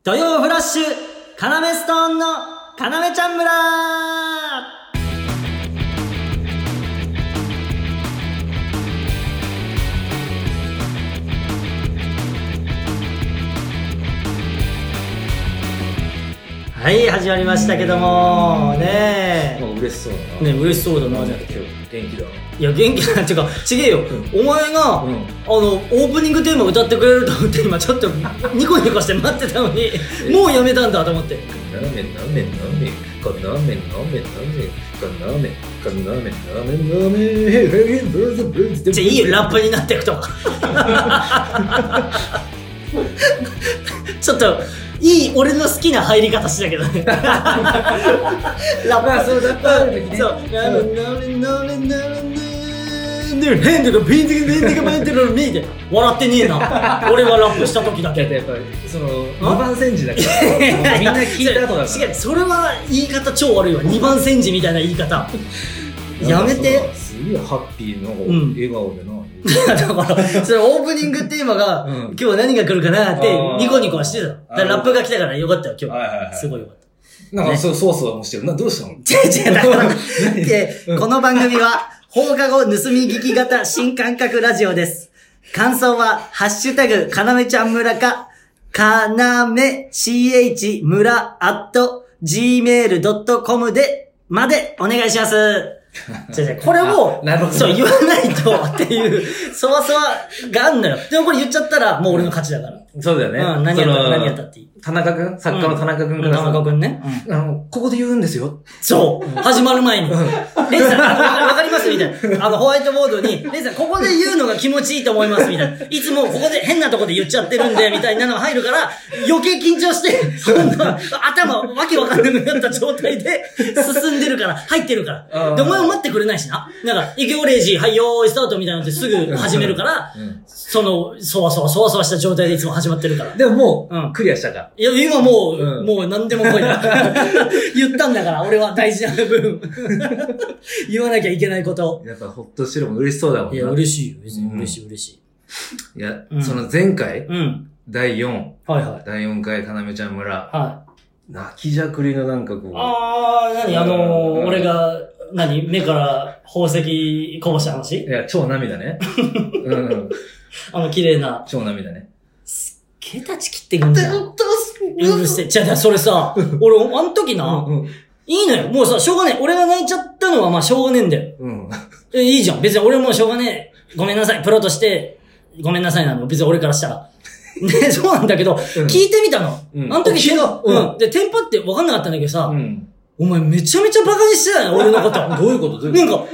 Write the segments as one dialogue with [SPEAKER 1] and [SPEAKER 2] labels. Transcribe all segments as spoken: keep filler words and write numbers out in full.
[SPEAKER 1] 土曜フラッシュカナメストーンのカナメちゃん村。はい、始まりましたけどもねえ、
[SPEAKER 2] まあ、嬉しそうだな。
[SPEAKER 1] ね、嬉しそうだな。じゃあ
[SPEAKER 2] 今日元気だな。
[SPEAKER 1] いや元気なんていうかちげえよ、うん、お前が、うん、あのオープニングテーマ歌ってくれると思って今ちょっとニコニコして待ってたのにもうやめたんだと思って。
[SPEAKER 2] ラーメンラーメンラーメンカナメンラーメンラーメンカナメンカナメンラーメンラーメンヘイヘイブルーズブルーズ。
[SPEAKER 1] じゃあいいよラップになっていくとちょっといい俺の好きな入り方してたけどねラップそうだった時ね。そうラーメンラーメンラーメンラーメン変とかピンとかピンとかピンとか見て笑ってねえな俺がラップした時だけ。
[SPEAKER 2] やっぱりそのにばん煎じだからみんな聞いた後だから
[SPEAKER 1] 違う、それは言い方超悪いわ。にばん煎じみたいな言い方やめて。
[SPEAKER 2] すげえハッピーな笑顔でな、うん
[SPEAKER 1] いやだからそれオープニングテーマが、うん、今日は何が来るかなってニコニコはしてた。だからラップが来たからよかったよ今日、はいはいはい、すごいよかった。
[SPEAKER 2] なんか、ね、そうそうそうもしてるな。どうしたの？
[SPEAKER 1] 違う違うだからで、うん、この番組は放課後盗み聞き型新感覚ラジオです。感想はハッシュタグかなめちゃん村かかなめ ch 村 at ジーメールドットコム でまでお願いします。違う違うこれをそう言わないとっていうそわそわがあんのよ。でもこれ言っちゃったらもう俺の勝ちだから。
[SPEAKER 2] そうだよね。
[SPEAKER 1] うん、何やった何やったっていい。
[SPEAKER 2] 田中くん作家の田中くんから、
[SPEAKER 1] うん、田中くんね、
[SPEAKER 2] うん、あのここで言うんですよ。
[SPEAKER 1] そう、うん、始まる前に、うん、レイさんわかりますみたいな。あのホワイトボードにレイさんここで言うのが気持ちいいと思いますみたいな。いつもここで変なとこで言っちゃってるんでみたいなのが入るから余計緊張して頭わけわかんなくなった状態で進んでるから入ってるから。でお前も待ってくれないしな。なんか行くよレイジはいよーいスタートみたいなのってすぐ始めるから、うん、そのそわそわそわそわした状態でいつも始まってるから。
[SPEAKER 2] でももう、うん、クリアしたか。
[SPEAKER 1] いや今もう、うん、もう何でも来いな言ったんだから俺は大事な部分言わなきゃいけないこと。
[SPEAKER 2] やっぱほっとしてるもん嬉しそうだもんな。
[SPEAKER 1] いや嬉しいよ別に、うん、嬉しい嬉し
[SPEAKER 2] い。いや、うん、その前回、うん、だいよん、
[SPEAKER 1] はいはい、
[SPEAKER 2] だいよんかいかなめちゃん村、
[SPEAKER 1] はい、
[SPEAKER 2] 泣きじゃくりのなんかこう。
[SPEAKER 1] あー何あのー、俺が何目から宝石こぼした話？
[SPEAKER 2] いや超涙ね。うん。
[SPEAKER 1] あの綺麗な
[SPEAKER 2] 超涙ね。
[SPEAKER 1] 毛立ち切ってくんじゃん。うるせえ。じゃあ、それさ、俺、あの時な、うんうん、いいのよ。もうさ、しょうがねえ。俺が泣いちゃったのはまあしょうがねえんだよ。うん。え、いいじゃん。別に俺もしょうがねえ。ごめんなさい。プロとして、ごめんなさいなの。別に俺からしたら。ね、そうなんだけど、うん、聞いてみたの。うん、あの時、うん。で、テンパって分かんなかったんだけどさ、うん、お前めちゃめちゃバカにしてたよ、俺のこと。
[SPEAKER 2] どういうことどういうこと？
[SPEAKER 1] なんか、うわー、泣いてんだ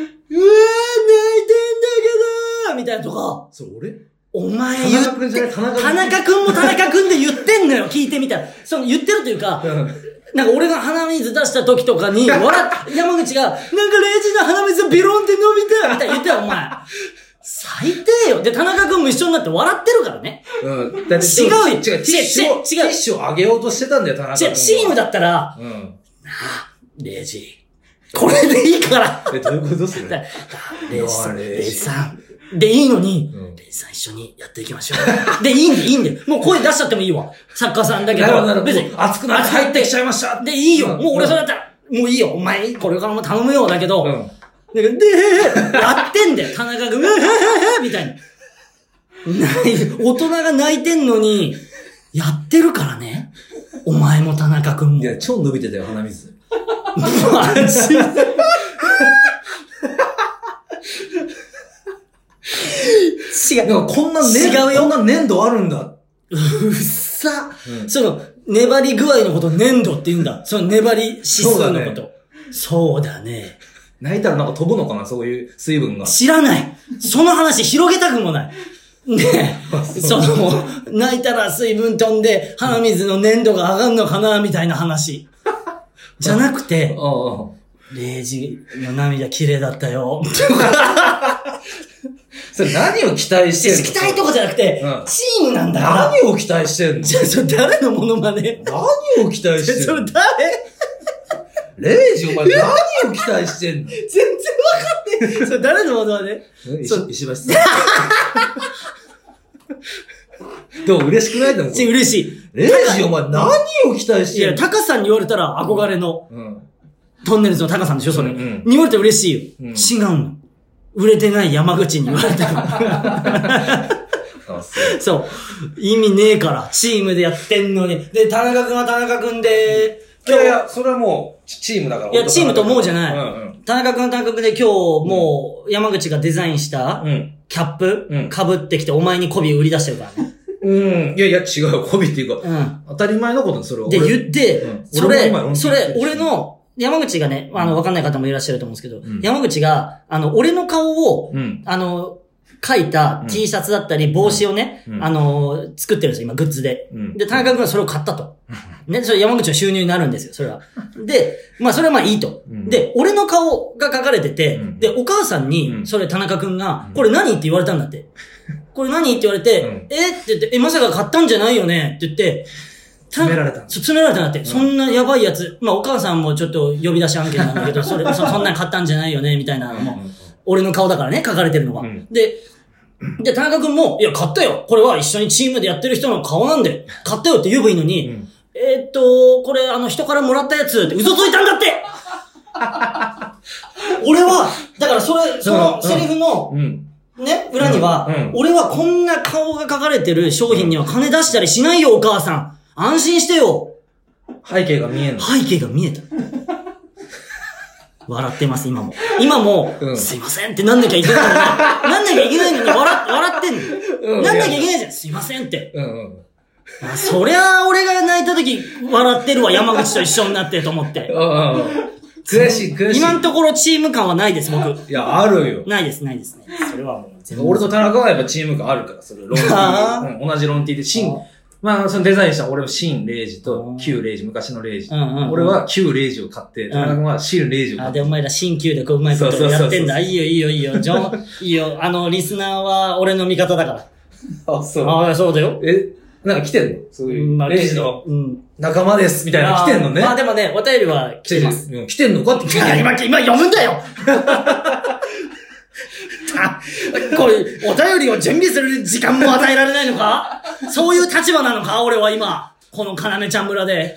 [SPEAKER 1] けどーみたいなとか。
[SPEAKER 2] それ俺？
[SPEAKER 1] お前言って、田中くんじゃない、田中くん。田中くんも田中くんで言ってんのよ、聞いてみたら。その言ってるというか、なんか俺が鼻水出した時とかに、笑っ、山口が、なんかレイジの鼻水ビロンって伸びたみたいな言ってたよ、お前。最低よ。で、田中くんも一緒になって笑ってるからね。
[SPEAKER 2] うん。だって
[SPEAKER 1] 違うよ。違う、違う、違う。
[SPEAKER 2] ティッシュをあげようとしてたんだよ、田中くん。
[SPEAKER 1] 違う、チームだったら、うん。なあ、レイジ。これでいいから。
[SPEAKER 2] え、どういうことする？
[SPEAKER 1] レイジさん、レイジさん。で、いいのに、うん、レイジさん一緒にやっていきましょう。で、いいんで、いいんで。もう声出しちゃってもいいわ。作家さんだけど。
[SPEAKER 2] なるほど、別に。熱くなって入ってきちゃいました。
[SPEAKER 1] で、いいよ。もう俺それだったら、もういいよ。お前、これからも頼むよ。だけど、うん、なんか、でー、やってんだよ。田中が、うわーみたいな。大人が泣いてんのに、やってるからね。お前も田中くんも。
[SPEAKER 2] いや、超伸びてたよ、鼻水。
[SPEAKER 1] マジで。違う。
[SPEAKER 2] なんかこんな粘土、こんな粘土あるんだ。
[SPEAKER 1] うっさ、うん。その、粘り具合のこと粘土って言うんだ。その粘り指数のこと。そうだね。そうだね。
[SPEAKER 2] 泣いたらなんか飛ぶのかな、そういう水分が。
[SPEAKER 1] 知らない。その話広げたくもない。ねえ、その、泣いたら水分飛んで、鼻水の粘土が上がんのかな、みたいな話。じゃなくて、レイジの涙綺麗だったよ。
[SPEAKER 2] それ何を期待してんの？
[SPEAKER 1] 期待とかじゃなくて、うん、チームなんだから。
[SPEAKER 2] 何を期待してんの？
[SPEAKER 1] じゃあ、それ誰のモノマネ？
[SPEAKER 2] 何を期待してんの？
[SPEAKER 1] それ誰？
[SPEAKER 2] レイジ、お前何を期待してんの？
[SPEAKER 1] 全然わかんねえ。それ誰のモノマネ？
[SPEAKER 2] 石橋さん。 でも嬉しくないでも。
[SPEAKER 1] 嬉しい。
[SPEAKER 2] レイジお前何を期待してるの？
[SPEAKER 1] いや、タカさんに言われたら憧れの、うん、トンネルズのタカさんでしょ、それ。うんうん、に言われたら嬉しいよ。うん、違うの。売れてない山口に言われたら。
[SPEAKER 2] あ、そう。
[SPEAKER 1] そう。意味ねえから、チームでやってんのに。で、田中くんは田中くんで、
[SPEAKER 2] いやいや、それはもう、チームだから。
[SPEAKER 1] いや、チームと思うじゃない。うんうん、田中くんは田中くんで今日、もう、山口がデザインした、キャップ、うん、被ってきて、お前に媚び売り出してるからね。
[SPEAKER 2] うん。いやいや、違うよ。媚びっていうか、うん、当たり前のことにそれを。
[SPEAKER 1] で、言って、うん、それ、それ、俺の、山口がね、あの、わかんない方もいらっしゃると思うんですけど、うん、山口が、あの、俺の顔を、うん、あの、書いた T シャツだったり、帽子をね、うん、あの、作ってるんですよ、今、グッズで。うん、で、田中君はそれを買ったと。ね、それ山口の収入になるんですよ、それは。で、まあ、それはまあいいと。うん、で、俺の顔が書かれてて、うん、で、お母さんに、それ田中君が、これ何って言われたんだって。これ何って言われて、うん、えって言って、え、まさか買ったんじゃないよねって言って、
[SPEAKER 2] 詰められたん
[SPEAKER 1] そう、詰められたんだって。うん、そんなやばいやつ。まあ、お母さんもちょっと呼び出し案件なんだけど、それ、そ, そんなん買ったんじゃないよね、みたいなのも。俺の顔だからね、書かれてるのは。うん、で、で、田中くんも、いや、買ったよ。これは一緒にチームでやってる人の顔なんで、買ったよって言えばいいのに、うん、えー、っと、これ、あの、人からもらったやつって嘘ついたんだって俺は、だからそれ、そのセリフの、うん、ね、裏には、うんうん、俺はこんな顔が書かれてる商品には金出したりしないよ、お母さん。安心してよ。
[SPEAKER 2] 背景が見えんの。
[SPEAKER 1] 背景が見えた。笑ってます、今も。今も、うん、すいませんってなんなきゃいけないのに、なんなきゃいけないのに笑、笑ってんの。うん、なんなきゃいけないじゃん。すいませんって。うんうん、あ、そりゃあ、俺が泣いた時、笑ってるわ、山口と一緒になってと思って。
[SPEAKER 2] 悔しい、悔しい。
[SPEAKER 1] 今のところチーム感はないです、僕。
[SPEAKER 2] いや、あるよ。
[SPEAKER 1] ないです、ないですね。それはもう
[SPEAKER 2] 全部。俺と田中はやっぱチーム感あるから、それ、ロンティー、うん。同じロンティーで、シン、まあ、そのデザインした俺はシン・レイジと旧レイジ、昔のレイジ。うんうんうん、俺は旧レイジを買って、田中君はシン・レイジを買って。
[SPEAKER 1] あ、で、お前ら新旧でこううまいことやってんだ。いいよ、いいよ、いいよ。ジョン、いいよ。あの、リスナーは俺の味方だから。
[SPEAKER 2] あ、そう。
[SPEAKER 1] ああ、そうだよ。
[SPEAKER 2] え、なんか来てんのそういう、まあ、レイジの仲間です、みたいな来てんのね。
[SPEAKER 1] まあでもね、お便りは来てます。
[SPEAKER 2] 来てんのかって聞いてる。
[SPEAKER 1] 今、今読むんだよこれ、お便りを準備する時間も与えられないのか？そういう立場なのか俺は今。このかなめちゃん村で。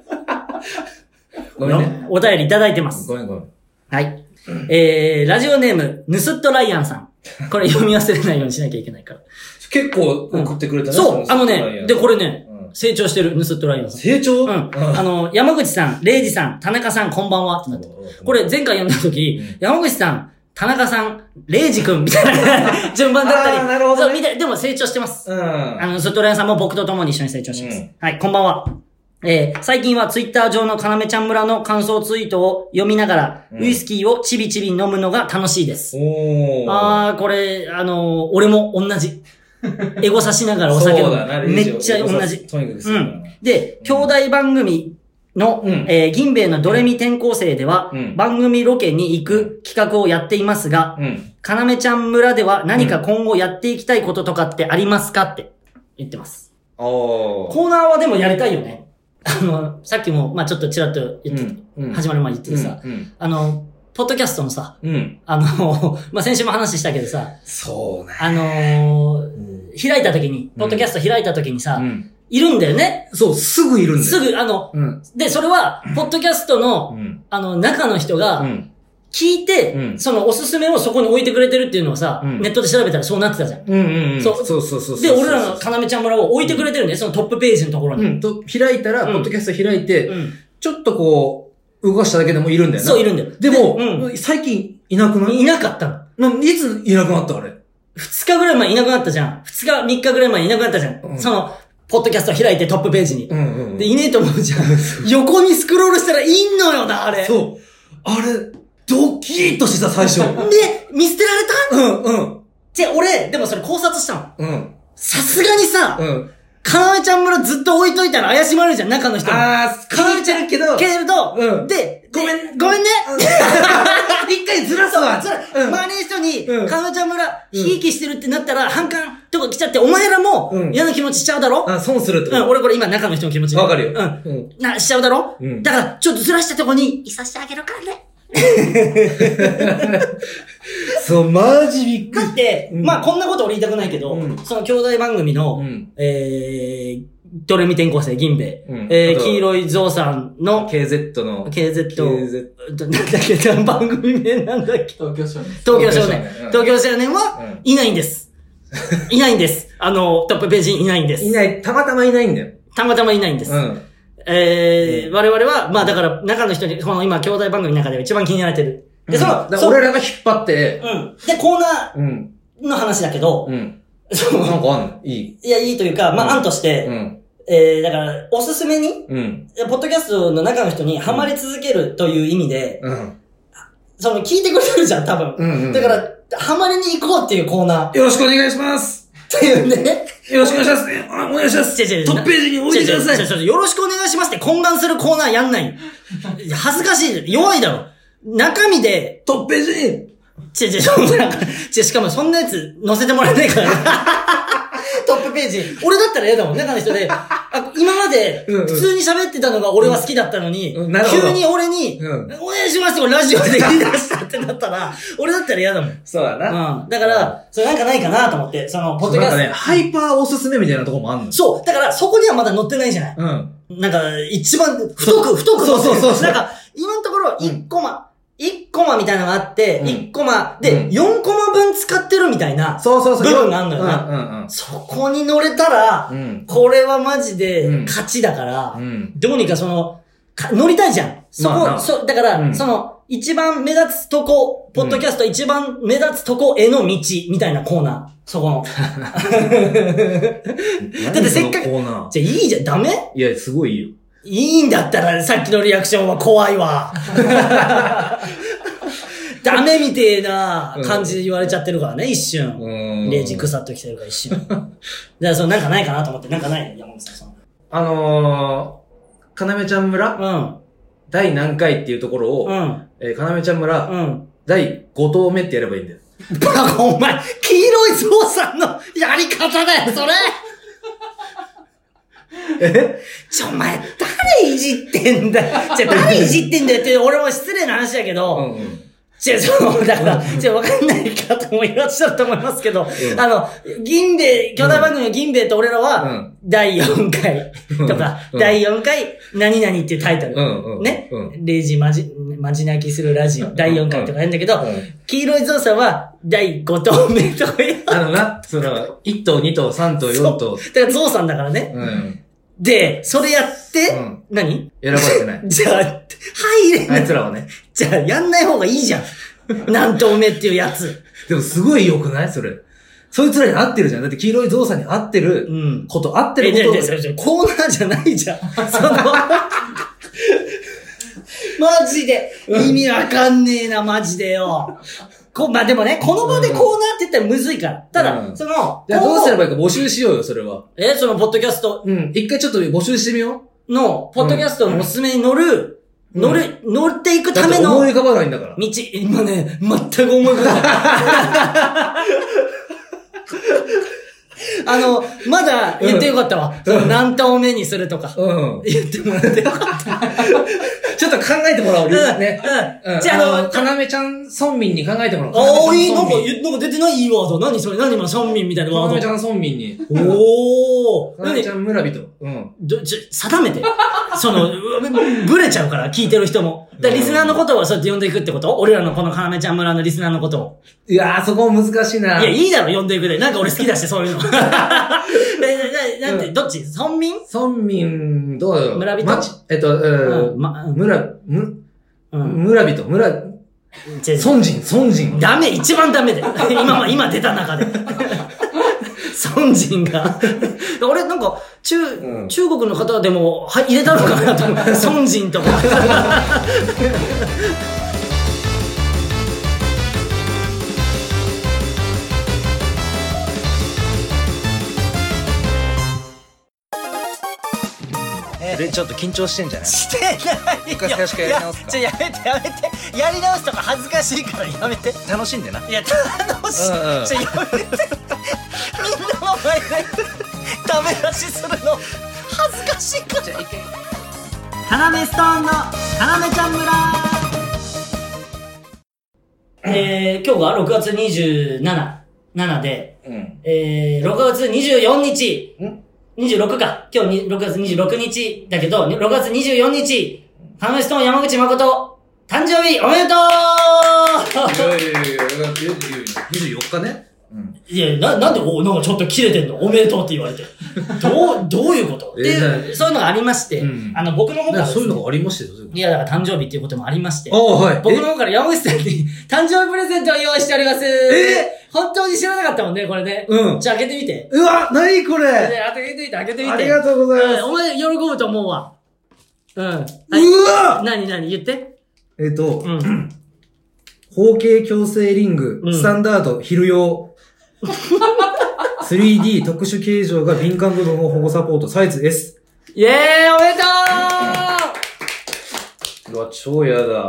[SPEAKER 2] ごめんね。
[SPEAKER 1] お便りいただいてます。
[SPEAKER 2] ごめんごめん。
[SPEAKER 1] はい。えー、ラジオネーム、ヌスットライアンさん。これ読み忘れないようにしなきゃいけないから。
[SPEAKER 2] 結構送ってくれたね。
[SPEAKER 1] うん、そう、あのね、で、これね、うん、成長してる、ヌスットライアンさん。
[SPEAKER 2] 成長？
[SPEAKER 1] うん。あの、山口さん、レイジさん、田中さん、こんばんは。ってなって。これ前回読んだ時、うん、山口さん、田中さん、レイジ君みたいな順番だったり。
[SPEAKER 2] なるほど、ね。
[SPEAKER 1] そう、見て、でも成長してます。
[SPEAKER 2] うん。
[SPEAKER 1] あの、ストライアンさんも僕と共に一緒に成長してます。うん、はい、こんばんは。えー、最近はツイッター上のかなめちゃん村の感想ツイートを読みながら、うん、ウイスキーをちびちび飲むのが楽しいです。
[SPEAKER 2] おー。
[SPEAKER 1] あー、これ、あのー、俺も同じ。エゴさしながらお酒飲む。めっちゃ同じ。
[SPEAKER 2] とにかくです。
[SPEAKER 1] うん。で、兄弟番組、の、うん、えー、銀兵衛のドレミ転校生では、うん、番組ロケに行く企画をやっていますが、うん、かなめちゃん村では何か今後やっていきたいこととかってありますかって言ってます。
[SPEAKER 2] うん、コ
[SPEAKER 1] ーナーはでもやりたいよね。あの、さっきも、まあちょっとちらっと言って、うんうん、始まる前に言っててさ、うんうん、あの、ポッドキャストのさ、うん、あの、まあ先週も話したけどさ、
[SPEAKER 2] そうね。
[SPEAKER 1] あのーうん、開いた時に、ポッドキャスト開いた時にさ、うんいるんだよね。
[SPEAKER 2] そう、すぐいるんだよ。
[SPEAKER 1] すぐ、あの、うん、で、それは、ポッドキャストの、うん、あの、中の人が、聞いて、うん、そのおすすめをそこに置いてくれてるっていうのをさ、うん、ネットで調べたらそうなってたじゃん。
[SPEAKER 2] うんうんうん。
[SPEAKER 1] そう。
[SPEAKER 2] そうそうそうそう。
[SPEAKER 1] で、俺らのかなめちゃん村を置いてくれてるんだよ、そのトップページのところに。
[SPEAKER 2] うん。と、開いたら、ポッドキャスト開いて、うん、ちょっとこう、動かしただけでもいるんだよね。
[SPEAKER 1] そう、いるんだよ。
[SPEAKER 2] でも、うん、最近いなくない？
[SPEAKER 1] いなかった
[SPEAKER 2] の。いついなくなったあれ？
[SPEAKER 1] 二日ぐらい前いなくなったじゃん。二日、三日ぐらい前いなくなったじゃん。うん、その、ポッドキャスト開いてトップページに。うんうんうん、で、いねえと思うじゃん。横にスクロールしたらいんのよな、あれ。
[SPEAKER 2] そう。あれ、ドキーッとした最初。
[SPEAKER 1] で、見捨てられた？
[SPEAKER 2] うんうん。
[SPEAKER 1] じゃ、俺、でもそれ考察したの。
[SPEAKER 2] うん。
[SPEAKER 1] さすがにさ、うん。かなめちゃん村ずっと置いといたら怪しまれるじゃん、中の人も。
[SPEAKER 2] あー、かなめちゃうけど。
[SPEAKER 1] けれど、
[SPEAKER 2] うん。
[SPEAKER 1] で、
[SPEAKER 2] ごめん、
[SPEAKER 1] ごめんね。
[SPEAKER 2] 一回ずらすわ。
[SPEAKER 1] ずら、うん、周りの人に、うん、かなめちゃん村、ひいきしてるってなったら、反感とか来ちゃって、お前らも、嫌な気持ちしちゃうだろ？
[SPEAKER 2] あ、損するってこと。
[SPEAKER 1] うん、俺これ今中の人の気持ち。
[SPEAKER 2] わかるよ。
[SPEAKER 1] うん。な、しちゃうだろ？うん。だから、ちょっとずらしたとこに、いさしてあげるからね。
[SPEAKER 2] そう、マジびっくり。
[SPEAKER 1] だって、うん、まあこんなこと俺言いたくないけど、うん、その兄弟番組の、うん、えー、ドレミ転校生銀兵衛、うん、えー、黄色いゾウさんの
[SPEAKER 2] ケーゼット の
[SPEAKER 1] ケーゼット なんだっけ、番組名なんだっけ、
[SPEAKER 3] 東京少年
[SPEAKER 1] 東京少年東京少年はいないんです、うん、いないんです。あのトップページにいないんです。
[SPEAKER 2] いない、たまたまいないんだよ。
[SPEAKER 1] たまたまいないんです、うん、えー、うん、我々はまあだから中の人にこの今兄弟番組の中では一番気になれてる。で、その、
[SPEAKER 2] うん、俺らが引っ張って、
[SPEAKER 1] うん。で、コーナーの話だけど、
[SPEAKER 2] うん。そう。なんかあんのいい。
[SPEAKER 1] いや、いいというか、まあ、案として、うん。えー、だから、おすすめに、うん。ポッドキャストの中の人にハマり続けるという意味で、うん。その、聞いてくれるじゃん、多分。うんうん。だから、ハマりに行こうっていうコーナー。
[SPEAKER 2] よろしくお願いします
[SPEAKER 1] っていうね。
[SPEAKER 2] よろしくお願いしますね。お願いします。トップページに置いてください。
[SPEAKER 1] よろしくお願いしますって懇願するコーナーやんない。恥ずかしい。弱いだろ。中身で、
[SPEAKER 2] トップページに
[SPEAKER 1] ちぇちぇ、そんな、ちぇ、しかもそんなやつ載せてもらえないからね。トップページ。俺だったら嫌だもん、中の人で。あ、今まで、普通に喋ってたのが俺は好きだったのに、うんうん、急に俺に、うん、お願いしますってラジオで言い出したってなったら、俺だったら嫌だもん。
[SPEAKER 2] そうだな。
[SPEAKER 1] うん。だから、それなんかないかなと思って、その、ポッドキャスト。
[SPEAKER 2] なんかね、ハイパーおすすめみたいなとこもあんの。
[SPEAKER 1] そう。だから、そこにはまだ載ってないじゃない。うん。なんか、一番、太く、太く。
[SPEAKER 2] そうそうそうそう。
[SPEAKER 1] なんか、今のところ、いちコマ、いちコマみたいなのがあって、うん、いちコマでよんコマ分使ってるみたいな部分があるのよな。
[SPEAKER 2] うんうんうん、
[SPEAKER 1] そこに乗れたら、うん、これはマジで勝ちだから、うん、どうにかその、乗りたいじゃん。そこ、まあ、そだから、うん、その、一番目立つとこ、ポッドキャスト一番目立つとこへの道みたいなコーナー。そこの。だってせっかく、じゃあいいじゃん、ダメ？
[SPEAKER 2] いや、すごいいいよ。
[SPEAKER 1] いいんだったらさっきのリアクションは怖いわ。ダメみてえな感じで言われちゃってるからね、一瞬。レジ腐っときてるから一瞬。だからそのなんかないかなと思って、なんかない山本さん。
[SPEAKER 2] あのー、かなめちゃん村、うん、第何回っていうところを、うん、えー、かなめちゃん村、うん、第ご投目ってやればいいんだよ。
[SPEAKER 1] バカお前、黄色いゾウさんのやり方だよ、それえちょ、お前、誰いじってんだよ。じゃ、誰いじってんだよって、俺も失礼な話だけど、うんうん、じゃ、そう、だから、じゃ、わかんない方もいらっしゃると思いますけど、うん、あの、銀兵衛、兄弟番組の銀兵衛と俺らは、うん、だいよんかいとか、うん、だいよんかい、何々っていうタイトル。うんうん、ね、うん。レイジまじ、まじ泣きするラジオ、だいよんかいとかやるんだけど、うん、黄色いゾウさんは、だいご投目とかや
[SPEAKER 2] あのな、その、いち頭、に頭、さん頭、よん頭。
[SPEAKER 1] だからゾウさんだからね。うんで、それやって、うん、何
[SPEAKER 2] 選ばれてない。
[SPEAKER 1] じゃあ、入れない。
[SPEAKER 2] あいつらはね。
[SPEAKER 1] じゃあ、やんない方がいいじゃん。何頭目っていうやつ。
[SPEAKER 2] でもすごい良くないそれ。そいつらに合ってるじゃん。だって黄色いゾウさんに合ってること、うん、合ってること。
[SPEAKER 1] え、で、で、で、コーナーじゃないじゃん。その、マジで、意味わかんねえな、マジでよ。こまあでもね、この場でコーナーって言ったらむずいから。ただ、うん、その、
[SPEAKER 2] じゃあどうすればいいか募集しようよ、それは。
[SPEAKER 1] え、その、ポッドキャスト。
[SPEAKER 2] うん。一回ちょっと募集してみよ
[SPEAKER 1] う。の、ポッドキャストのおすすめに乗る、うん、乗る、乗っていくための。
[SPEAKER 2] 思い浮かばないんだから。
[SPEAKER 1] 道、今ね、全く思い浮かばない。あの、まだ言ってよかったわ。うん、その何頭目にするとか。うん。言ってもらってよかった。
[SPEAKER 2] ちょっと考えてもらおう。うん。ね。
[SPEAKER 1] うん。うん、じゃあ、あの、
[SPEAKER 2] かなめちゃん村民に考えてもらおう。
[SPEAKER 1] ああ、いい、なんか、なんか出てないいいワード。何それ何今村民みたいなワード。
[SPEAKER 2] かなめちゃん村民に。
[SPEAKER 1] おー。
[SPEAKER 2] かなめちゃん村人。うん。
[SPEAKER 1] ど、ちょ、定めて。その、ブレちゃうから、聞いてる人も。だリスナーのことをそうやって呼んでいくってこと？俺らのこのかなめちゃん村のリスナーのことを。
[SPEAKER 2] いやー、そこ難しいな。
[SPEAKER 1] いや、いいだろ、呼んでいくで。なんか俺好きだして、そういうの。え、な、なんて、どっち村民
[SPEAKER 2] 村民、どうよ。
[SPEAKER 1] 村人
[SPEAKER 2] 町、えっと、うん、ま、村、む、うん、村人、村、村人、村人。
[SPEAKER 1] ダメ、一番ダメで。今、今出た中で。村人が。俺なんか、中、うん、中国の方でも、は、入れたのかなと思う。村人とか。
[SPEAKER 2] で、ちょっと緊張してんじゃない？
[SPEAKER 1] してないよ。
[SPEAKER 2] 一回最初からやり直すか？
[SPEAKER 1] ちょ、やめてやめて。やり直すとか恥ずかしいからやめて。
[SPEAKER 2] 楽しんでな。
[SPEAKER 1] いや、楽しい。うんうん、ちょ、やめて。みんなの前でダメ出しするの恥ずかしいから。じゃあ、いけ。カナメストーンのカナメちゃん村。 えー、今日がろくがつにじゅうなな、ななで、
[SPEAKER 2] うん、
[SPEAKER 1] えー、ろくがつにじゅうよっか、んにじゅうろくか。今日ろくがつにじゅうろくにちだけど、ろくがつにじゅうよっか、ハムストーン山口誠、誕生日おめでとう
[SPEAKER 2] いやいやいやいや、にじゅうよっかね。
[SPEAKER 1] うん、いや、な、なんで、お、なんかちょっと切れてんのおめでとうって言われて。どう、どういうことっていう、そういうのがありまして、うん、あの、僕の方から、
[SPEAKER 2] ね。そういうのがありまして
[SPEAKER 1] いや、だから誕生日っていうこともありまして。
[SPEAKER 2] ああ、はい。
[SPEAKER 1] 僕の方から山口さんに誕生日プレゼントを用意しております。えー、本当に知らなかったもんね、これね。うん。じゃあ開けてみて。
[SPEAKER 2] うわ、なにこれ
[SPEAKER 1] 開けてみて、開けてみて。
[SPEAKER 2] ありがとうございます。
[SPEAKER 1] うん、お前喜ぶと思うわ。うん。はい、
[SPEAKER 2] うわ
[SPEAKER 1] なになに言って。
[SPEAKER 2] えっと、うん。包茎矯正リング、うん、スタンダード、昼用。スリーディー 特殊形状が敏感部分を保護サポート、サイズ S。
[SPEAKER 1] イェーイおめでと
[SPEAKER 2] ううわ、超やだ。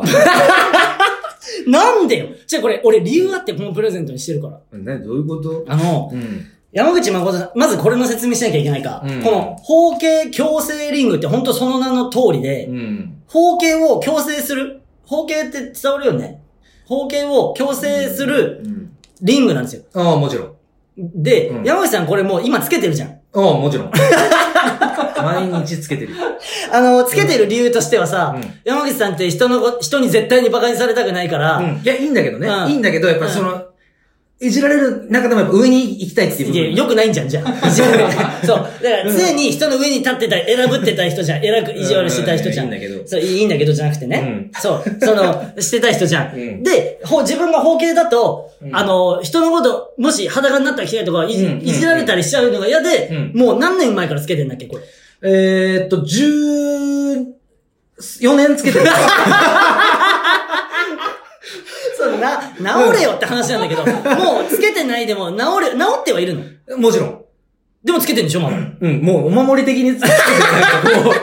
[SPEAKER 1] なんでよじゃあこれ、俺理由あってこのプレゼントにしてるから。
[SPEAKER 2] 何どういうこと？
[SPEAKER 1] あの、うん、山口誠さん、まずこれの説明しなきゃいけないか。うん、この、包茎矯正リングって本当その名の通りで、うん、包茎を矯正する。包茎って伝わるよね。包茎を矯正するリングなんですよ。
[SPEAKER 2] ああ、もちろん。
[SPEAKER 1] で、うん、山口さんこれもう今つけてるじゃん。
[SPEAKER 2] ああ、もちろん。毎日つけてる。
[SPEAKER 1] あの、つけてる理由としてはさ、うん、山口さんって人の、人に絶対に馬鹿にされたくないから。
[SPEAKER 2] うん、いや、いいんだけどね。うん、いいんだけど、やっぱその、いじられる中でもやっぱ上に行きたいっていう。
[SPEAKER 1] いや、良くないんじゃん、じゃあ。いじられる。そう。だから常に人の上に立ってた、選ぶってた人じゃん。偉く意地悪してた人じゃん。
[SPEAKER 2] いいんだけど。
[SPEAKER 1] そう、いいんだけどじゃなくてね。うん、そう。その、してた人じゃん。うん、で、ほ、自分が包茎だと、うん、あの、人のこと、もし裸になったりしたりとか、いじ、うん、いじられたりしちゃうのが嫌で、うん、もう何年前からつけてんだっけ、これ。
[SPEAKER 2] えーっと、じゅうよねんつけてる。
[SPEAKER 1] そうな、治れよって話なんだけど、もうつけてないでも治れ、治ってはいるの？
[SPEAKER 2] もちろん。
[SPEAKER 1] でもつけてんでしょ、まだ。
[SPEAKER 2] うん、もうお守り的につけてる。も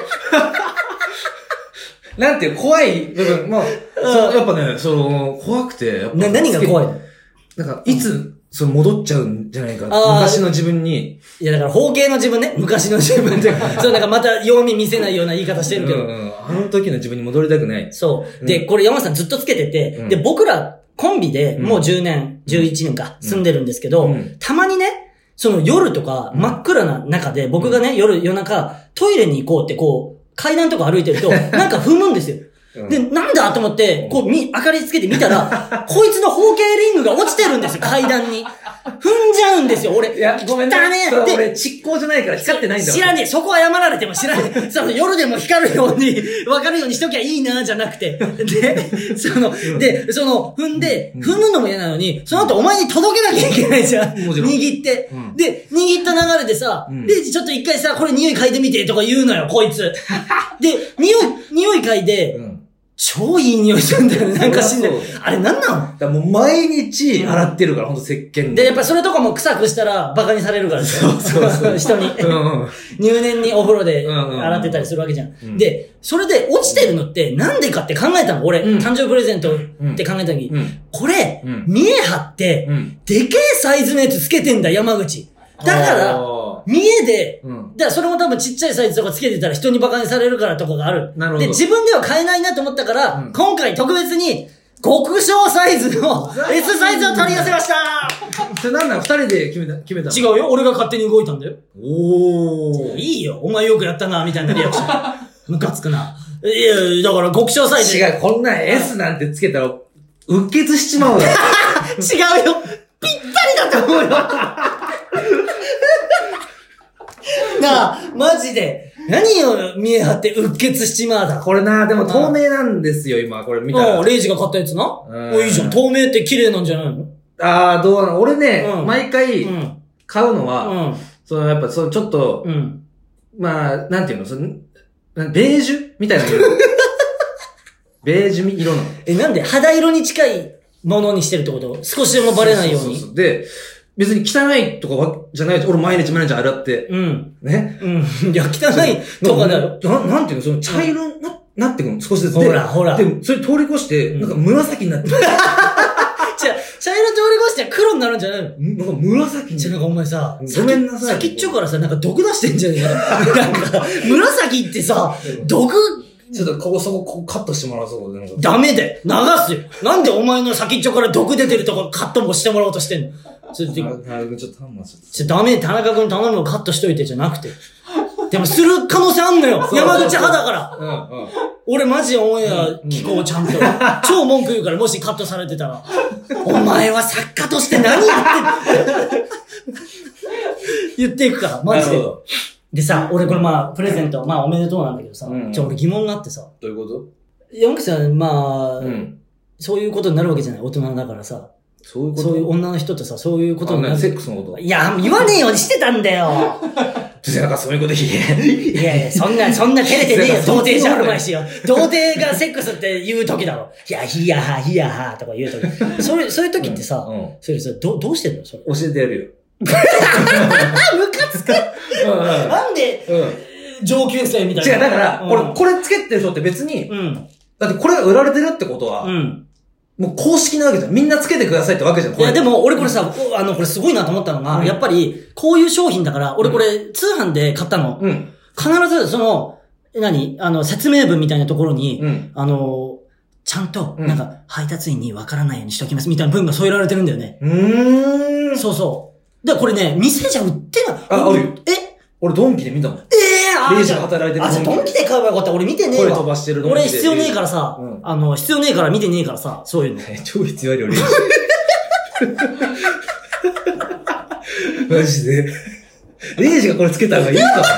[SPEAKER 2] うなんていう、怖い部分、まあ、そう、やっぱね、その、怖くて。
[SPEAKER 1] な、何が怖いの？
[SPEAKER 2] なんか、いつ、その戻っちゃうんじゃないか。昔の自分に。
[SPEAKER 1] いや、だから、包茎の自分ね。昔の自分って。そう、なんかまた弱み見せないような言い方してるけど。うん、
[SPEAKER 2] あの時の自分に戻りたくない。
[SPEAKER 1] そう。で、これ山下さんずっとつけてて、うん、で、僕ら、コンビでもうじゅうねん、じゅういちねんか、住んでるんですけど、うん、たまにね、その夜とか、真っ暗な中で、僕がね、夜、夜中、トイレに行こうって、こう、階段とか歩いてると、なんか踏むんですよ。で、なんだと思って、こう、み、明かりつけて見たら、こいつの包茎リングが落ちてるんですよ、階段に。踏んじゃうんですよ、俺。
[SPEAKER 2] いや、ごめんね。
[SPEAKER 1] だね。
[SPEAKER 2] で、俺、蓄光じゃないから光ってないんだよ。
[SPEAKER 1] 知らねえ。そこ謝られても知らねえ。その夜でも光るように、わかるようにしときゃいいな、じゃなくて。で、その、うん、で、その、踏んで、うん、踏むのも嫌なのに、その後お前に届けなきゃいけないじゃん。もちろん。握って。うん、で、握った流れでさ、うん、で、ちょっと一回さ、これ匂い嗅いでみてとか言うのよ、こいつ。で、匂い、匂い嗅いで、うん超いい匂いするんだよね。なんか死んでる。あれなんなの？
[SPEAKER 2] だもう毎日洗ってるから、ほんと石鹸
[SPEAKER 1] で。で、やっぱそれとかも臭くしたらバカにされるからね。
[SPEAKER 2] そうそうそう。
[SPEAKER 1] 人に。うんうん、入念にお風呂で洗ってたりするわけじゃん。うんうん、で、それで落ちてるのってなんでかって考えたの俺、うん、誕生日プレゼントって考えた時に、うん、これ、うん、見え張って、うん、でけえサイズのやつつけてんだ、山口。だから、見えで、うん、だからそれも多分ちっちゃいサイズとかつけてたら人にバカにされるからとかがある。なるほど。で、自分では買えないなと思ったから、うん、今回特別に、極小サイズの S サイズを取り寄せました
[SPEAKER 2] それなんだ二人で決めた、決めたの？
[SPEAKER 1] 違うよ。俺が勝手に動いたんだよ。
[SPEAKER 2] おー。
[SPEAKER 1] いいよ。お前よくやったな、みたいなリアクション。ムカつくな。いや、だから極小サイズ。
[SPEAKER 2] 違う、こんな S なんてつけたら、うっ血しちまうよ。
[SPEAKER 1] 違うよ。ぴったりだと思うよ。なあ、マジで。何を見え張ってうっ血しちまうだ。
[SPEAKER 2] これな、でも透明なんですよ、今。これ見たら。
[SPEAKER 1] うん、レイジが買ったやつな。お、いいじゃん。透明って綺麗なんじゃないの？
[SPEAKER 2] ああ、どうなの？俺ね、うん、毎回、買うのは、うん、その、やっぱ、その、ちょっと、うん、まあ、なんていうの、その、ベージュみたいな色。ベージュ色の。
[SPEAKER 1] え、なんで肌色に近いものにしてるってこと？少しでもバレないように。そうそうそう。
[SPEAKER 2] で、別に汚いとかは、じゃない。俺毎日毎日洗って。
[SPEAKER 1] うん。
[SPEAKER 2] ね。
[SPEAKER 1] うん。いや、汚いとかだよ。
[SPEAKER 2] な、なんていうのその茶色にな、なってくの少しずつ。
[SPEAKER 1] ほら、ほら。
[SPEAKER 2] でも、それ通り越して、なんか紫になってる。
[SPEAKER 1] じゃあ、茶色通り越して黒になるんじゃないの？
[SPEAKER 2] なんか紫に。
[SPEAKER 1] じゃ、なんかお前さ、
[SPEAKER 2] ごめんなさい。
[SPEAKER 1] 先っちょからさ、なんか毒出してんじゃねえか。なんか、紫ってさ、毒、
[SPEAKER 2] ちょっとここそこ、ここカットしてもらうそこで。
[SPEAKER 1] ダメで流すよ。なんでお前の先っちょから毒出てるところカットもしてもらおうとしてんの。ちょっと、ちょっと、
[SPEAKER 2] ちょっと、
[SPEAKER 1] ちょ、ダメ、田中君頼むのカットしといてじゃなくて。でもする可能性あんのよ。山口派だから。うんうん、俺マジオンエア聞こう、ちゃんと。超文句言うから、もしカットされてたら。お前は作家として何言ってん言っていくから、マジで。でさ、俺これまあ、プレゼント、まあおめでとうなんだけどさ、うん、じゃあ俺疑問があってさ。
[SPEAKER 2] どういうこと？
[SPEAKER 1] 山口さん、まあ、うん、そういうことになるわけじゃない、大人だからさ。
[SPEAKER 2] そういうこと？
[SPEAKER 1] そういう女の人とさ、そういうことになる。
[SPEAKER 2] セックスのこと？
[SPEAKER 1] いや、言わねえようにしてたんだよ。
[SPEAKER 2] なんかそういうこと言え。
[SPEAKER 1] いやいや、そんな、そんな照れてねえよ。童貞じゃあるまいしよ。童貞がセックスって言う時だろ。いや、ヒヤハ、ヒヤハとか言う時。それ、そういう時ってさ、うんうん、それ、それ、ど、どうしてんのそれ。
[SPEAKER 2] 教えてやるよ。
[SPEAKER 1] ムカつくなんで、うん、上級生みたいな。
[SPEAKER 2] 違う、だから、うん、俺、これつけてる人って別に、うん、だってこれが売られてるってことは、うん、もう公式なわけじゃん。みんなつけてくださいってわけじゃん。
[SPEAKER 1] いや、でも、俺これさ、あの、これすごいなと思ったのが、うん、やっぱり、こういう商品だから、俺これ、通販で買ったの。うん、必ず、その、何あの、説明文みたいなところに、うん、あの、ちゃんと、なんか、配達員にわからないようにしときます、みたいな文が添えられてるんだよね。うーん。そうそう。で、これね、店じゃ売ってない。
[SPEAKER 2] あ、あるよ。
[SPEAKER 1] え
[SPEAKER 2] 俺、ドンキで見たもん。
[SPEAKER 1] ええー、あ
[SPEAKER 2] レイジが働いてる。
[SPEAKER 1] あ、じゃあドンキで買えばよかった。俺見てねえわ。
[SPEAKER 2] 声飛ばしてるドンキで。
[SPEAKER 1] 俺必要ねえからさ、うん、あの、必要ねえから見てねえからさ、そういうの。
[SPEAKER 2] 超必要あるよ、レイジ。マジで。レイジがこれつけた方がいいかな。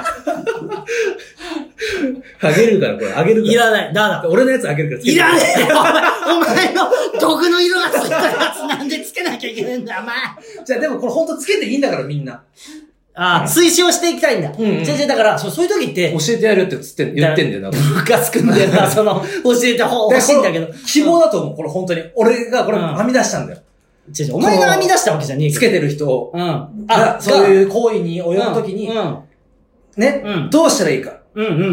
[SPEAKER 2] あげるから、これ。あげるから。
[SPEAKER 1] いらない。だだ。
[SPEAKER 2] 俺のやつあげるからつけて。
[SPEAKER 1] いらねえよお前の毒の色がついたやつなんでつけなきゃいけないんだよ、お前。
[SPEAKER 2] じゃあでもこれほんとつけていいんだからみんな。
[SPEAKER 1] ああ、推奨していきたいんだ。うん、うん。じゃじゃだから、そう、そういう時って。
[SPEAKER 2] 教えてやるってつって言ってんだよな。
[SPEAKER 1] ムカつくんだよな、その、教えてほしいんだけど。
[SPEAKER 2] 希望だと思う、これ本当に。俺がこれ編み出したんだよ。
[SPEAKER 1] 違う違う、お前が編み出したわけじゃねえけど。
[SPEAKER 2] つけてる人を。うん。あ、そういう行為に及ぶ時に。うん。ね。うん。どうしたらいいか。
[SPEAKER 1] うんうんうん。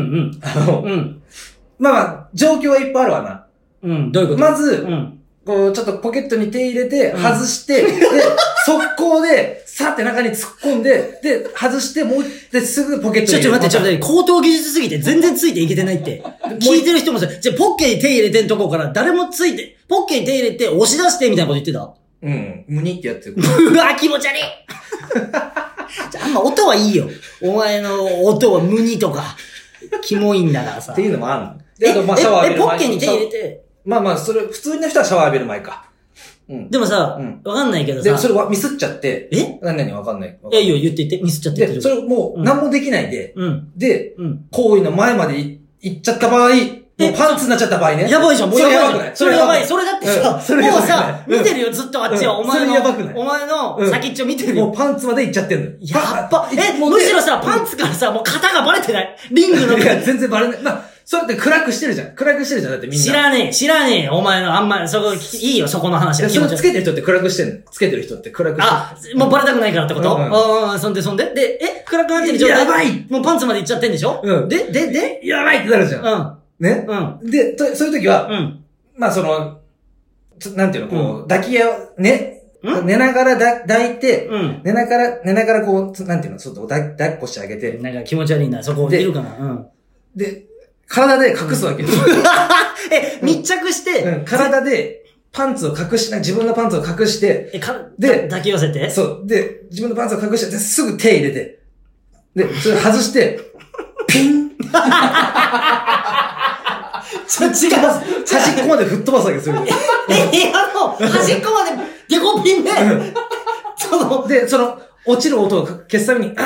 [SPEAKER 2] あの、うん。まあまあ、状況はいっぱいあるわな。
[SPEAKER 1] うん、どういうこと
[SPEAKER 2] まず、うん。こう、ちょっとポケットに手入れて、外して、うん、で、速攻で、さって中に突っ込んで、で、外して、もう、で、すぐポケットに入れて。
[SPEAKER 1] ちょ、ちょ、待って、ちょ、待って、高等技術すぎて全然ついていけてないって。聞いてる人もさ、じゃ、ポッケに手入れてんとこから誰もついて、ポッケに手入れて押し出してみたいなこと言ってた
[SPEAKER 2] うん。無にってやってる。
[SPEAKER 1] うわ、気持ち悪いじゃあ、あんま音はいいよ。お前の音は無にとか、キモいんだからさ。
[SPEAKER 2] っていうのもあるの。
[SPEAKER 1] で、あと、まあ、シャワー浴びる前。え、ポッケに手入れて。
[SPEAKER 2] まあまあ、それ、普通の人はシャワー浴びる前か。
[SPEAKER 1] うん。でもさ、わ、うん、かんないけどさ。
[SPEAKER 2] で、それはミスっちゃって。
[SPEAKER 1] え
[SPEAKER 2] 何々わかんない。
[SPEAKER 1] いや、いいよ、言って言って、ミスっちゃって。
[SPEAKER 2] で、それもう、何もできないで。うん。で、うん。行為の前まで行っちゃった場合、もうパンツになっちゃった場合ね。
[SPEAKER 1] やばいじゃん、もうやばいじゃん。それやばい。それだってさ、
[SPEAKER 2] もう
[SPEAKER 1] さ、見てるよ、ずっとあっちは。お前の、
[SPEAKER 2] それやばくない？
[SPEAKER 1] お前の先っちょ見てるよ。
[SPEAKER 2] もうパンツまで行っちゃってんの。
[SPEAKER 1] やっば。え、むしろさ、パンツからさ、もう型がバレてない。リングの。
[SPEAKER 2] いや、全然バレない。まあ、それって暗くしてるじゃん。暗くしてるじゃん。だってみんな。
[SPEAKER 1] 知らねえ、知らねえよ。お前の、あんま、そこ、いいよ、そこの話。
[SPEAKER 2] それつけてる人って暗くしてんの。つけてる人って暗くしてる。
[SPEAKER 1] あ、もうバレたくないからってことああ、そんでそんで。で、え、暗くなってる状態。
[SPEAKER 2] やばい
[SPEAKER 1] もうパンツまで行っちゃってんでしょうん。で、で、で
[SPEAKER 2] やばいってなるじゃん。うん。ねうん。で、と、そういう時は、うん。まあその、なんていうの、こう、抱き合う、ね、寝ながらだ抱いて、うん。寝ながら、寝ながらこう、なんていうの、ちょっと抱っこしてあげて。
[SPEAKER 1] なんか気持ち悪いな、そこいるかな。うん。
[SPEAKER 2] で、体で隠すわけですよ。
[SPEAKER 1] え、密着して、
[SPEAKER 2] うん、体でパンツを隠し、自分のパンツを隠して、
[SPEAKER 1] え、か、で、抱き寄せて
[SPEAKER 2] そう。で、自分のパンツを隠して、ですぐ手入れて、で、それ外して、ピン
[SPEAKER 1] ちょ、違う。
[SPEAKER 2] 端っこまで吹っ飛ばすわけですよ。
[SPEAKER 1] え、部屋の端っこまでデコピンで、
[SPEAKER 2] その、で、その、落ちる音を消すために、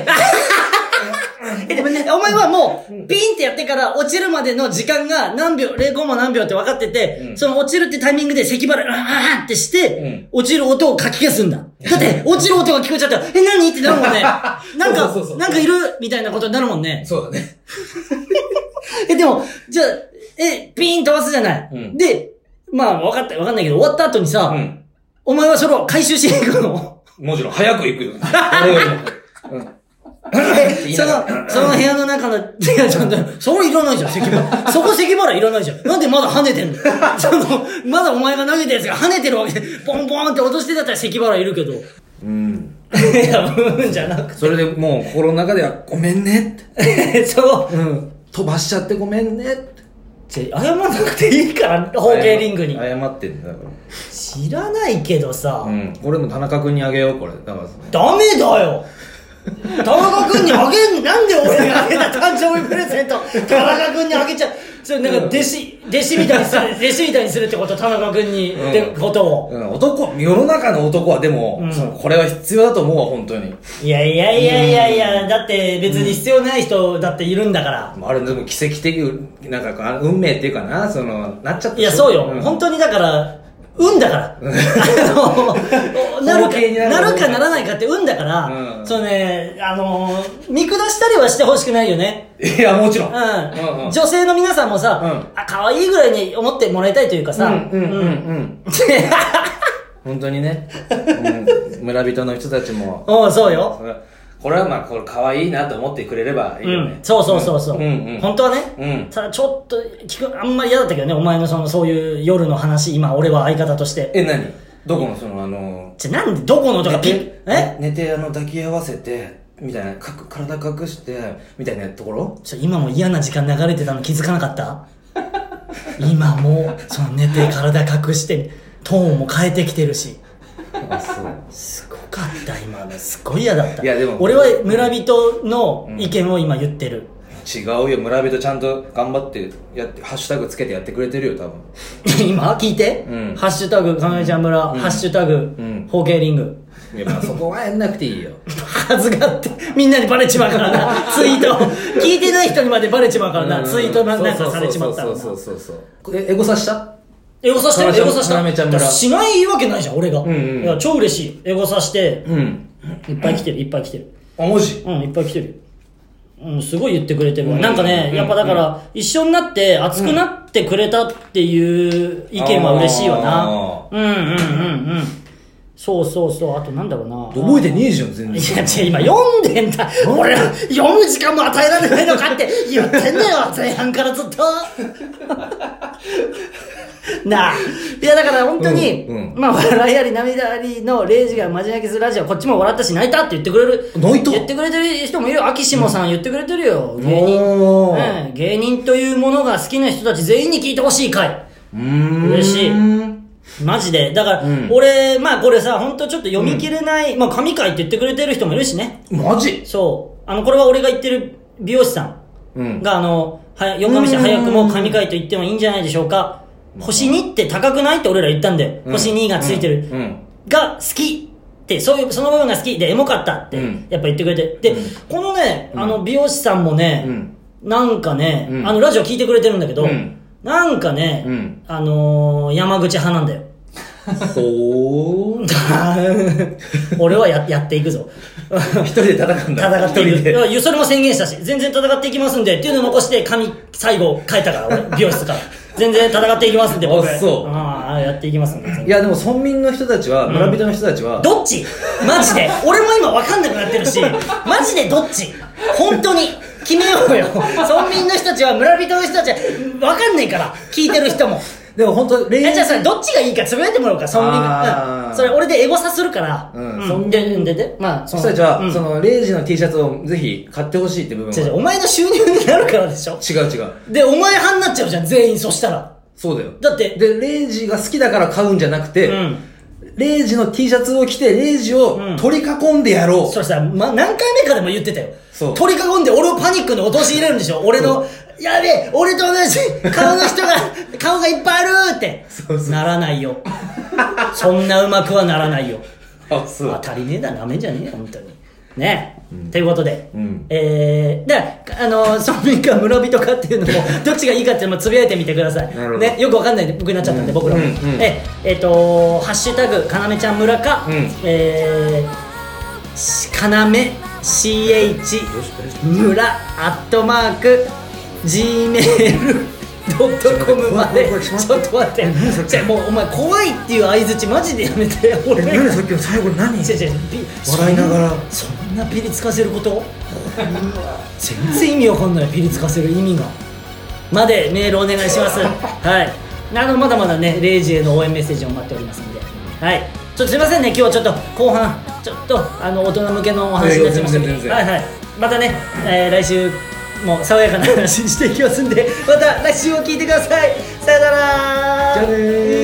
[SPEAKER 1] え、でもね、お前はもう、ピンってやってから落ちるまでの時間が何秒、ゼロコンマ何秒って分かってて、うん、その落ちるってタイミングで咳払い、あーってして、うん、落ちる音をかき消すんだ。だって、落ちる音が聞こえちゃったら、え、何ってなるもんね。なんか、そうそうそうなんかいるみたいなことになるもんね。
[SPEAKER 2] そうだね。
[SPEAKER 1] え、でも、じゃあ、え、ピーン飛ばすじゃない。うん、で、まあ、分かった、分かんないけど、終わった後にさ、うん、お前はそれを回収しに行くの？
[SPEAKER 2] もちろん、早く行くよ。俺よりも。うん
[SPEAKER 1] え、その、その部屋の中の、いや、ちょっと、それいらないじゃん、咳払い。そこ咳払いいらないじゃん。なんでまだ跳ねてんの？その、まだお前が投げたやつが跳ねてるわけで、ポンポンって落としてたったら咳払いいるけど。
[SPEAKER 2] うん。
[SPEAKER 1] いや、うんじゃなくて。
[SPEAKER 2] それでもう心の中では、ごめんねって。
[SPEAKER 1] そう。うん。
[SPEAKER 2] 飛ばしちゃってごめんねって。
[SPEAKER 1] 謝らなくていいから、ホーケーリングに。
[SPEAKER 2] 謝ってんだよ。
[SPEAKER 1] 知らないけどさ。
[SPEAKER 2] うん。これも田中君にあげよう、これ。だから
[SPEAKER 1] ダメだよ田中君にあげん、なんで俺があげた誕生日プレゼント、田中君にあげちゃう。それなんか弟子、弟子みたいにする、弟子みたいにするってこと、田中君に、うん、ってことを。
[SPEAKER 2] うん、男、世の中の男はでも、うん、そのこれは必要だと思うわ、本当に。
[SPEAKER 1] いやいやいやいやいや、うん、だって別に必要ない人だっているんだから。
[SPEAKER 2] うん、あれでも奇跡的、なんか運命っていうかな、その、なっちゃった。
[SPEAKER 1] いや、そうよ。うん、本当にだから、運だから。あの、なるか、なるかならないかって運だから、うん、そうね、あの、見下したりはしてほしくないよね。
[SPEAKER 2] いや、もちろん。
[SPEAKER 1] うん。うんうん、女性の皆さんもさ、うん、あ、可愛いぐらいに思ってもらいたいというかさ、うん、うん、うん、うん。
[SPEAKER 2] 本当にね、うん、村人の人たちも。
[SPEAKER 1] おう、そうよ。
[SPEAKER 2] これはまあ、これ可愛いなと思ってくれればいいよね。うん、
[SPEAKER 1] そうそうそうそう。
[SPEAKER 2] うんうん、
[SPEAKER 1] 本当はね。うん、ただちょっと、聞く、あんまり嫌だったけどね、お前のその、そういう夜の話、今、俺は相方として。
[SPEAKER 2] え、何どこのその、あのー、
[SPEAKER 1] じゃ、なんで、どこのとかピッ、
[SPEAKER 2] え寝て、あの、抱き合わせて、みたいな、かく、体隠して、みたいなところ
[SPEAKER 1] ちょ、今も嫌な時間流れてたの気づかなかった今も、その寝て、体隠して、トーンも変えてきてるし。
[SPEAKER 2] あ、そう。
[SPEAKER 1] すごかった今の、すごい嫌だった。
[SPEAKER 2] いやでも
[SPEAKER 1] 俺は村人の意見を今言ってる、
[SPEAKER 2] うん、違うよ、村人ちゃんと頑張ってやってハッシュタグつけてやってくれてるよ多分
[SPEAKER 1] 今聞いて、うん、ハッシュタグかなめちゃん村、うん、ハッシュタグ、うん、ホーケーリング。
[SPEAKER 2] いやまあそこはやんなくていいよ
[SPEAKER 1] はずがってみんなにバレちまうからなツイート聞いてない人にまでバレちまうからな、うん、ツイートなんかされちまったらな。
[SPEAKER 2] そうそうそうそう。えエゴサした
[SPEAKER 1] エゴサしてエゴサした
[SPEAKER 2] かなめちゃん村
[SPEAKER 1] しないわけないじゃん俺が、うんうん、いや超嬉しい。エゴサして、
[SPEAKER 2] うん、
[SPEAKER 1] いっぱい来てるいっぱい来てる。
[SPEAKER 2] あマジ？
[SPEAKER 1] うんいっぱい来てる。うん、すごい言ってくれてるわ、うん、なんかね、うん、やっぱだから、うん、一緒になって熱くなってくれたっていう意見は嬉しいわな。うんうんうんうんそうそうそう。あとなんだろうな、
[SPEAKER 2] 覚えてねえじゃん全然。
[SPEAKER 1] いや違う今読んでんだ俺ら読む時間も与えられないのかって言ってんだよ前半からずっとなあ。いやだから本当に、うんうん、まあ笑いあり涙ありのれいじがマジ泣きするラジオ、こっちも笑ったし泣いたって言ってくれる、
[SPEAKER 2] 泣いた
[SPEAKER 1] 言ってくれてる人もいるよ。秋下さん言ってくれてるよ、うん、芸人、うん、芸人というものが好きな人たち全員に聞いてほしい回。
[SPEAKER 2] うーん
[SPEAKER 1] 嬉しいマジで。だから、うん、俺、まあこれさ、ほんとちょっと読み切れない、うん、まあ神回って言ってくれてる人もいるしね。
[SPEAKER 2] マジ？
[SPEAKER 1] そう。あの、これは俺が言ってる美容師さんが、うん、あの、はや、横上市早くも神回と言ってもいいんじゃないでしょうか。星にって高くないって俺ら言ったんで、うん、星にがついてる、うん、が好きって、そういう、その部分が好きでエモかったって、やっぱ言ってくれて。で、うん、このね、あの美容師さんもね、うん、なんかね、うん、あのラジオ聞いてくれてるんだけど、うんなんかね、うん、あのー、山口派なんだよ。
[SPEAKER 2] ほー。
[SPEAKER 1] 俺は や, やっていくぞ。
[SPEAKER 2] 一人で戦うんだ。
[SPEAKER 1] 戦っていく。それも宣言したし、全然戦っていきますんで、っていうのを残して紙、最後書いたから、俺、美容室から。全然戦っていきますんで、僕。
[SPEAKER 2] あ、そう。
[SPEAKER 1] ああ、やっていきますんで。
[SPEAKER 2] いや、でも村民の人たちは、村人の人たちは、
[SPEAKER 1] うん、どっちマジで。俺も今分かんなくなってるし、マジでどっち本当に。決めようよ。村民の人たちは、村人の人たちは、分かんないから、聞いてる人も。
[SPEAKER 2] でも本当
[SPEAKER 1] レイジじゃあそれどっちがいいかつぶやいてもらおうか、村民が。うん。それ俺でエゴサするから。うん。うん、で、で、で、まあ、
[SPEAKER 2] その人たちは、うん、その、レイジの T シャツをぜひ買ってほしいって部分は。
[SPEAKER 1] 違う違う、お前の収入になるからでしょ。
[SPEAKER 2] 違う違う。
[SPEAKER 1] で、お前派になっちゃうじゃん、全員、そしたら。
[SPEAKER 2] そうだよ。
[SPEAKER 1] だって。
[SPEAKER 2] で、レイジが好きだから買うんじゃなくて、うん。レイジの T シャツを着て、レイジを取り囲んでやろう。
[SPEAKER 1] うん、それさ、ま、何回目かでも言ってたよ。
[SPEAKER 2] そう。
[SPEAKER 1] 取り囲んで俺をパニックに陥れるんでしょ俺の、やべえ、俺と同じ顔の人が、顔がいっぱいあるって。そうそう。ならないよ。そんなうまくはならないよ。
[SPEAKER 2] あ、そう。
[SPEAKER 1] 当たりねえだ、なめんじゃねえよ、本当に。ねえ。うん、ということで、
[SPEAKER 2] うん、
[SPEAKER 1] えー、で、あの、村民か村人かっていうのも、どっちがいいかっていうのもつぶやいてみてください。ね、よくわかんないで僕になっちゃったんで、うん、僕らも。うんうん、え、えっ、ー、と、ハッシュタグ、かなめちゃん村か、うん、えー、かなめ シーエイチ 村アットマーク ジーメールドットコム まで。ちょっと待って、じゃもうお前怖いっていう相づちマジでやめてよ。俺
[SPEAKER 2] 何さっきの最後何？違う違う、笑いながら
[SPEAKER 1] そんなピリつかせること全然意味わかんない。ピリつかせる意味がまでメールお願いします。はい、あのまだまだねレイジへの応援メッセージを待っておりますので、はい、ちょっとすいませんね、今日はちょっと後半ちょっとあの大人向けのお話になっちゃいましたけど、はいはい、またね、えー、来週もう爽やかな話していきますんで、また来週も聞いてください。さよなら。
[SPEAKER 2] じゃあねー。